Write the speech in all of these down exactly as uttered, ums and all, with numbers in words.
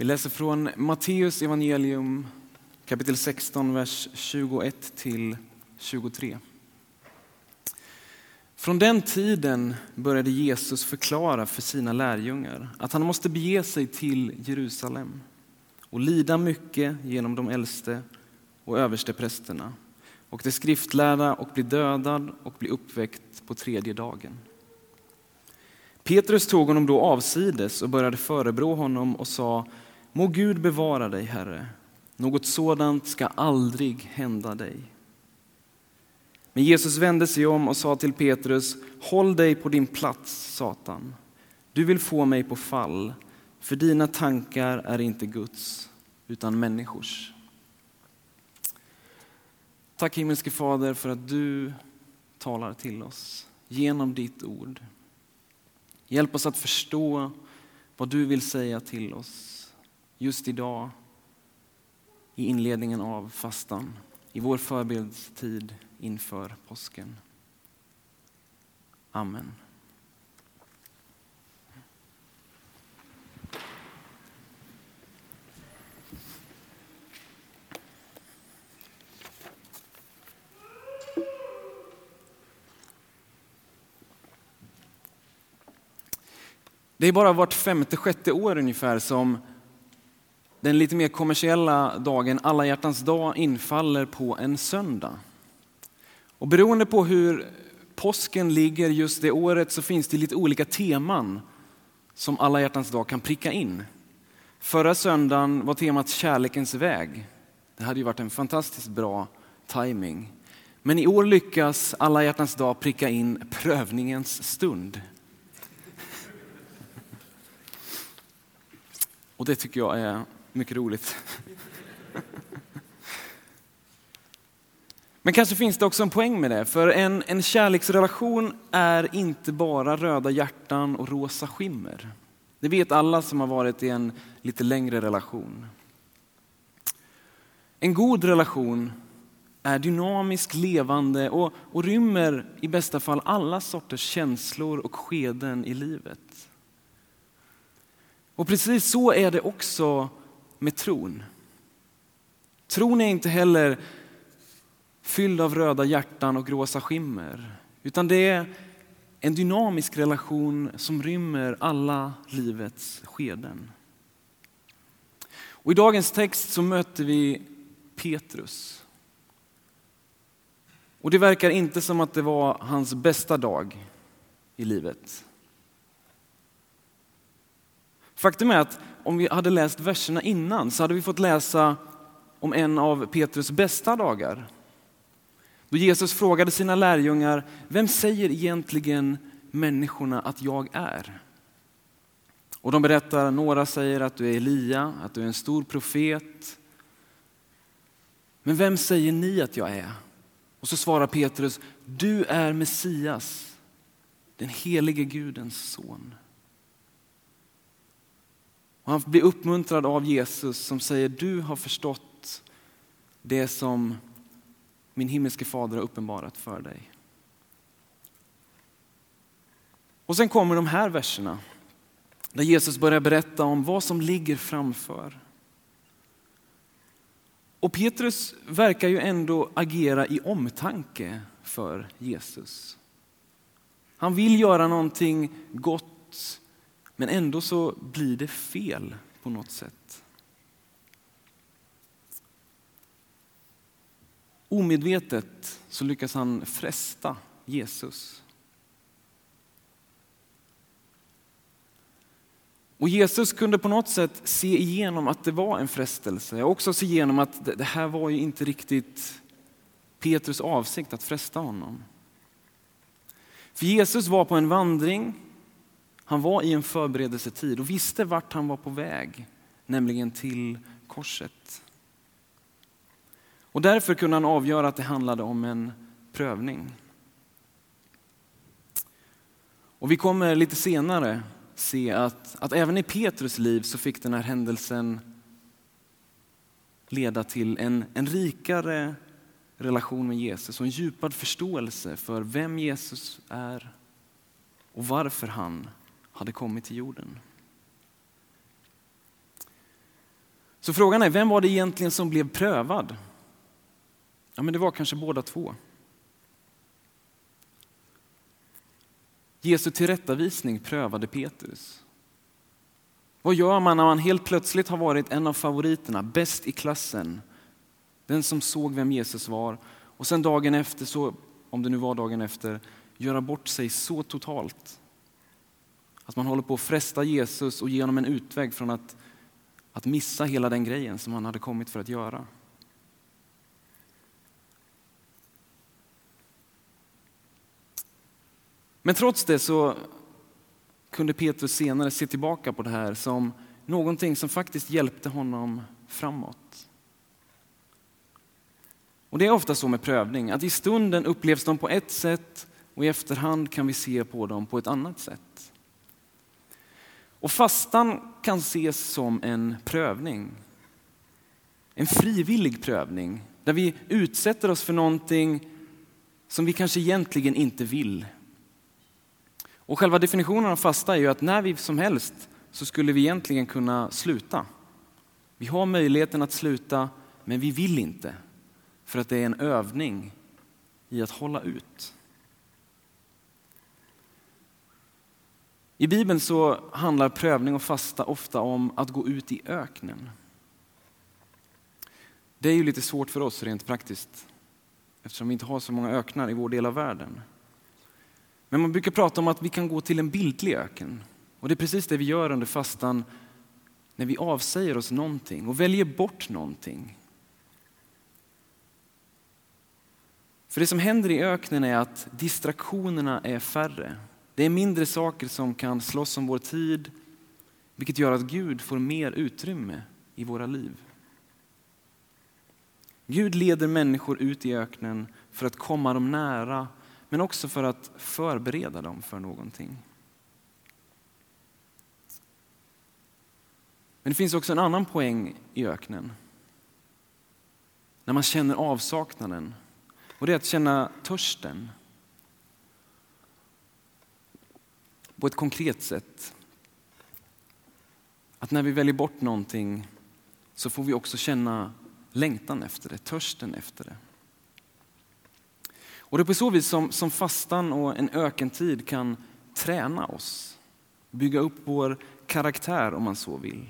Vi läser från Matteus evangelium kapitel sexton, vers tjugoett till tjugotre. Från den tiden började Jesus förklara för sina lärjungar att han måste bege sig till Jerusalem och lida mycket genom de äldste och översteprästerna och de skriftlärda och bli dödad och bli uppväckt på tredje dagen. Petrus tog honom då avsides och började förebrå honom och sa: må Gud bevara dig, Herre. Något sådant ska aldrig hända dig. Men Jesus vände sig om och sa till Petrus: håll dig på din plats, Satan. Du vill få mig på fall, för dina tankar är inte Guds utan människors. Tack himmelske Fader för att du talar till oss genom ditt ord. Hjälp oss att förstå vad du vill säga till oss just idag i inledningen av fastan, i vår förberedelsetid inför påsken. Amen. Det är bara vart femte, sjätte år ungefär som den lite mer kommersiella dagen Alla hjärtans dag infaller på en söndag. Och beroende på hur påsken ligger just det året så finns det lite olika teman som Alla hjärtans dag kan pricka in. Förra söndagen var temat kärlekens väg. Det hade ju varit en fantastiskt bra timing. Men i år lyckas Alla hjärtans dag pricka in prövningens stund. Och det tycker jag är mycket roligt. Men kanske finns det också en poäng med det. För en, en kärleksrelation är inte bara röda hjärtan och rosa skimmer. Det vet alla som har varit i en lite längre relation. En god relation är dynamisk, levande och, och rymmer i bästa fall alla sorters känslor och skeden i livet. Och precis så är det också med tron. Tron är inte heller fylld av röda hjärtan och rosa skimmer, utan det är en dynamisk relation som rymmer alla livets skeden. Och i dagens text så möter vi Petrus. Och det verkar inte som att det var hans bästa dag i livet. Faktum är att om vi hade läst verserna innan så hade vi fått läsa om en av Petrus bästa dagar. Då Jesus frågade sina lärjungar: vem säger egentligen människorna att jag är? Och de berättar, några säger att du är Elia, att du är en stor profet. Men vem säger ni att jag är? Och så svarar Petrus: du är Messias, den helige Gudens son. Och han blir uppmuntrad av Jesus som säger: du har förstått det som min himmelske fader har uppenbarat för dig. Och sen kommer de här verserna där Jesus börjar berätta om vad som ligger framför. Och Petrus verkar ju ändå agera i omtanke för Jesus. Han vill göra någonting gott, men ändå så blir det fel på något sätt. Omedvetet så lyckas han fresta Jesus. Och Jesus kunde på något sätt se igenom att det var en frestelse. Och också se igenom att det här var ju inte riktigt Petrus avsikt att fresta honom. För Jesus var på en vandring. Han var i en förberedelsetid och visste vart han var på väg, nämligen till korset. Och därför kunde han avgöra att det handlade om en prövning. Och vi kommer lite senare se att, att även i Petrus liv så fick den här händelsen leda till en, en rikare relation med Jesus och en djupad förståelse för vem Jesus är och varför han hade kommit till jorden. Så frågan är, vem var det egentligen som blev prövad? Ja, men det var kanske båda två. Jesu tillrättavisning prövade Petrus. Vad gör man när man helt plötsligt har varit en av favoriterna, bäst i klassen? Den som såg vem Jesus var. Och sen dagen efter, så, om det nu var dagen efter, göra bort sig så totalt. Att man håller på att fresta Jesus och ge honom en utväg från att, att missa hela den grejen som han hade kommit för att göra. Men trots det så kunde Petrus senare se tillbaka på det här som någonting som faktiskt hjälpte honom framåt. Och det är ofta så med prövning, att i stunden upplevs de på ett sätt och i efterhand kan vi se på dem på ett annat sätt. Och fastan kan ses som en prövning. En frivillig prövning där vi utsätter oss för någonting som vi kanske egentligen inte vill. Och själva definitionen av fasta är ju att när vi som helst så skulle vi egentligen kunna sluta. Vi har möjligheten att sluta, men vi vill inte. För att det är en övning i att hålla ut. I Bibeln så handlar prövning och fasta ofta om att gå ut i öknen. Det är ju lite svårt för oss rent praktiskt, eftersom vi inte har så många öknar i vår del av världen. Men man brukar prata om att vi kan gå till en bildlig öken. Och det är precis det vi gör under fastan när vi avsäger oss någonting och väljer bort någonting. För det som händer i öknen är att distraktionerna är färre. Det är mindre saker som kan slåss om vår tid, vilket gör att Gud får mer utrymme i våra liv. Gud leder människor ut i öknen för att komma dem nära, men också för att förbereda dem för någonting. Men det finns också en annan poäng i öknen. När man känner avsaknaden. Och det är att känna törsten. På ett konkret sätt. Att när vi väljer bort någonting så får vi också känna längtan efter det, törsten efter det. Och det är på så vis som, som fastan och en ökentid kan träna oss. Bygga upp vår karaktär om man så vill.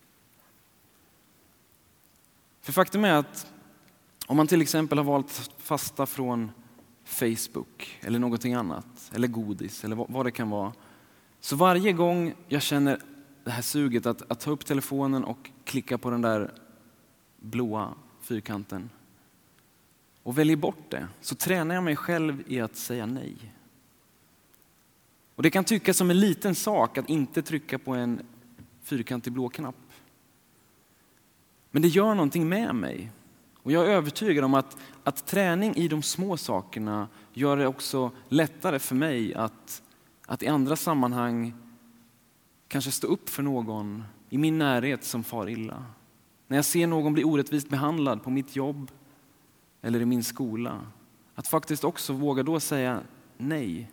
För faktum är att om man till exempel har valt fasta från Facebook eller någonting annat, eller godis eller vad, vad det kan vara. Så varje gång jag känner det här suget att, att ta upp telefonen och klicka på den där blåa fyrkanten och väljer bort det, så tränar jag mig själv i att säga nej. Och det kan tyckas som en liten sak att inte trycka på en fyrkantig blå knapp. Men det gör någonting med mig. Och jag är övertygad om att, att träning i de små sakerna gör det också lättare för mig att, att i andra sammanhang kanske stå upp för någon i min närhet som far illa. När jag ser någon bli orättvist behandlad på mitt jobb eller i min skola. Att faktiskt också våga då säga nej.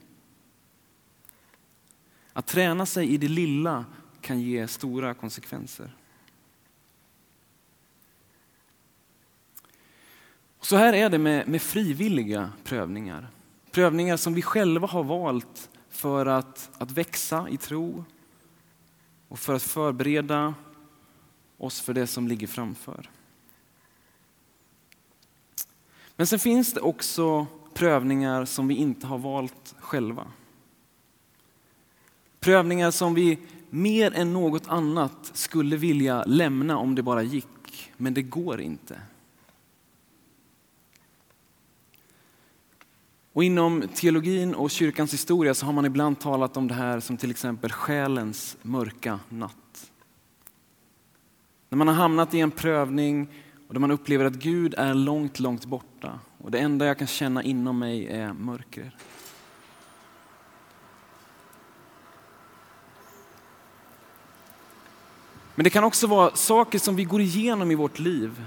Att träna sig i det lilla kan ge stora konsekvenser. Så här är det med, med frivilliga prövningar. Prövningar som vi själva har valt för att, att växa i tro och för att förbereda oss för det som ligger framför. Men sen finns det också prövningar som vi inte har valt själva. Prövningar som vi mer än något annat skulle vilja lämna om det bara gick, men det går inte. Och inom teologin och kyrkans historia så har man ibland talat om det här som till exempel själens mörka natt. När man har hamnat i en prövning och där man upplever att Gud är långt, långt borta. Och det enda jag kan känna inom mig är mörker. Men det kan också vara saker som vi går igenom i vårt liv.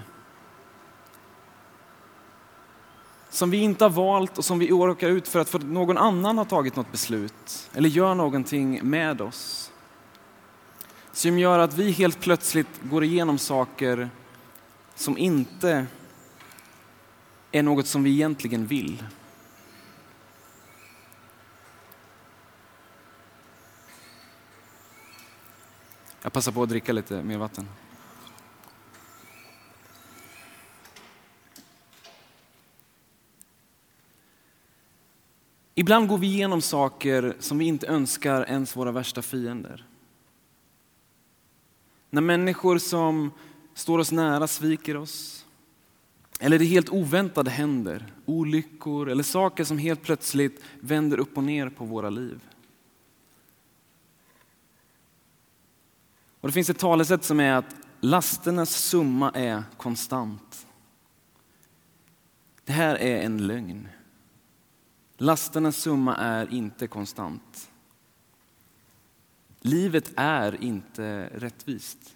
Som vi inte har valt och som vi åker ut för att för någon annan har tagit något beslut. Eller gör någonting med oss. som gör att vi helt plötsligt går igenom saker som inte är något som vi egentligen vill. Jag passar på att dricka lite mer vatten. Ibland går vi igenom saker som vi inte önskar ens våra värsta fiender. När människor som står oss nära sviker oss, eller det helt oväntade händer, olyckor eller saker som helt plötsligt vänder upp och ner på våra liv. Och det finns ett talesätt som är att lasternas summa är konstant. Det här är en lögn. Lasternas summa är inte konstant. Livet är inte rättvist.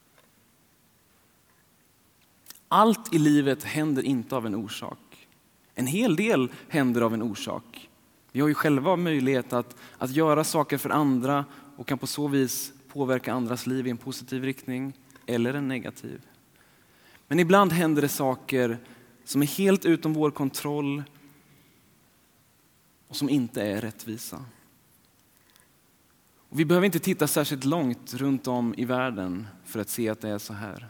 Allt i livet händer inte av en orsak. En hel del händer av en orsak. Vi har ju själva möjlighet att, att göra saker för andra och kan på så vis påverka andras liv i en positiv riktning eller en negativ. Men ibland händer det saker som är helt utom vår kontroll och som inte är rättvisa. Och vi behöver inte titta särskilt långt runt om i världen för att se att det är så här.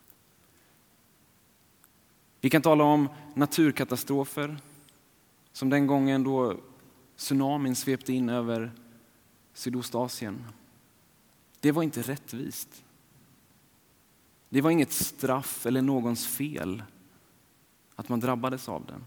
Vi kan tala om naturkatastrofer, som den gången då tsunamin svepte in över Sydostasien. Det var inte rättvist. Det var inget straff eller någons fel att man drabbades av den.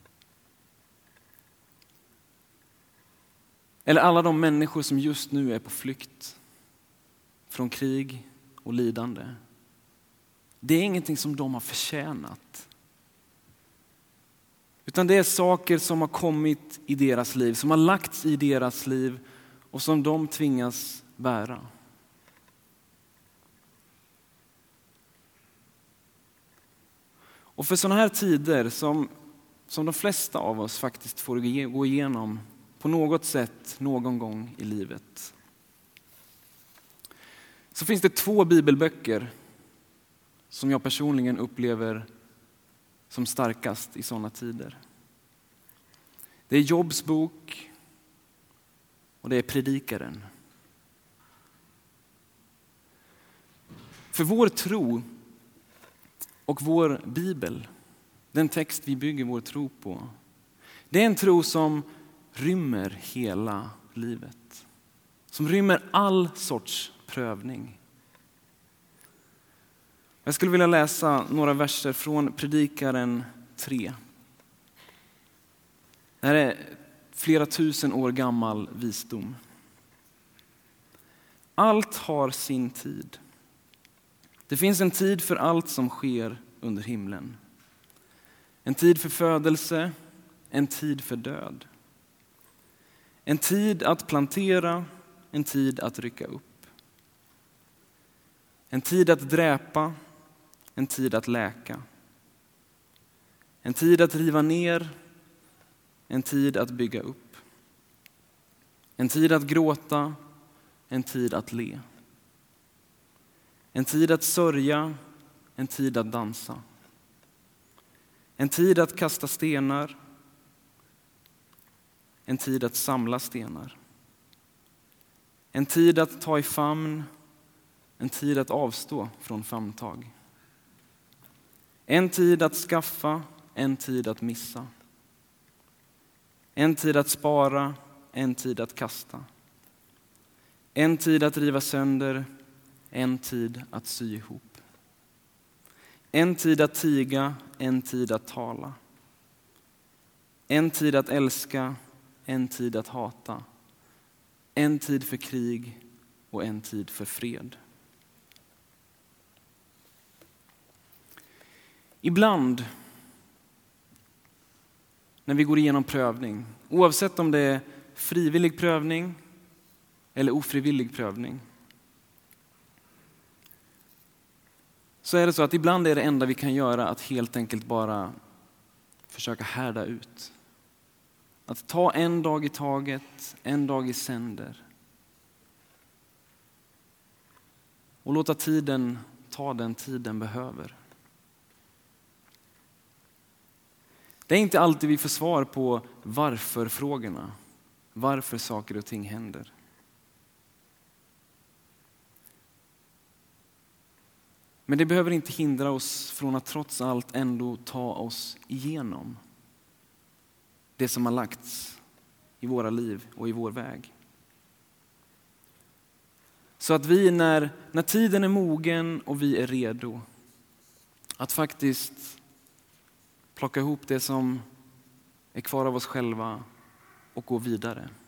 Eller alla de människor som just nu är på flykt från krig och lidande. Det är ingenting som de har förtjänat. Utan det är saker som har kommit i deras liv, som har lagts i deras liv och som de tvingas bära. Och för sådana här tider som, som de flesta av oss faktiskt får gå igenom på något sätt någon gång i livet, så finns det två bibelböcker som jag personligen upplever som starkast i sådana tider. Det är Jobs bok och det är Predikaren. För vår tro och vår bibel, den text vi bygger vår tro på, det är en tro som rymmer hela livet. Som rymmer all sorts prövning. Jag skulle vilja läsa några verser från Predikaren tre. Det här är flera tusen år gammal visdom. Allt har sin tid. Det finns en tid för allt som sker under himlen. En tid för födelse, en tid för död. En tid att plantera, en tid att rycka upp. En tid att dräpa, en tid att läka. En tid att riva ner, en tid att bygga upp. En tid att gråta, en tid att le. En tid att sörja, en tid att dansa. En tid att kasta stenar, en tid att samla stenar. En tid att ta i famn, en tid att avstå från famntag. En tid att skaffa, en tid att missa. En tid att spara, en tid att kasta. En tid att riva sönder, en tid att sy ihop. En tid att tiga, en tid att tala. En tid att älska, en tid att hata. En tid för krig och en tid för fred. Ibland när vi går igenom prövning, oavsett om det är frivillig prövning eller ofrivillig prövning, så är det så att ibland är det enda vi kan göra att helt enkelt bara försöka härda ut. Att ta en dag i taget, en dag i sänder. och låta tiden ta den tid den behöver. Det är inte alltid vi får svar på varför-frågorna, varför saker och ting händer. Men det behöver inte hindra oss från att trots allt ändå ta oss igenom det som har lagts i våra liv och i vår väg. Så att vi när, när tiden är mogen och vi är redo att faktiskt plocka ihop det som är kvar av oss själva och gå vidare.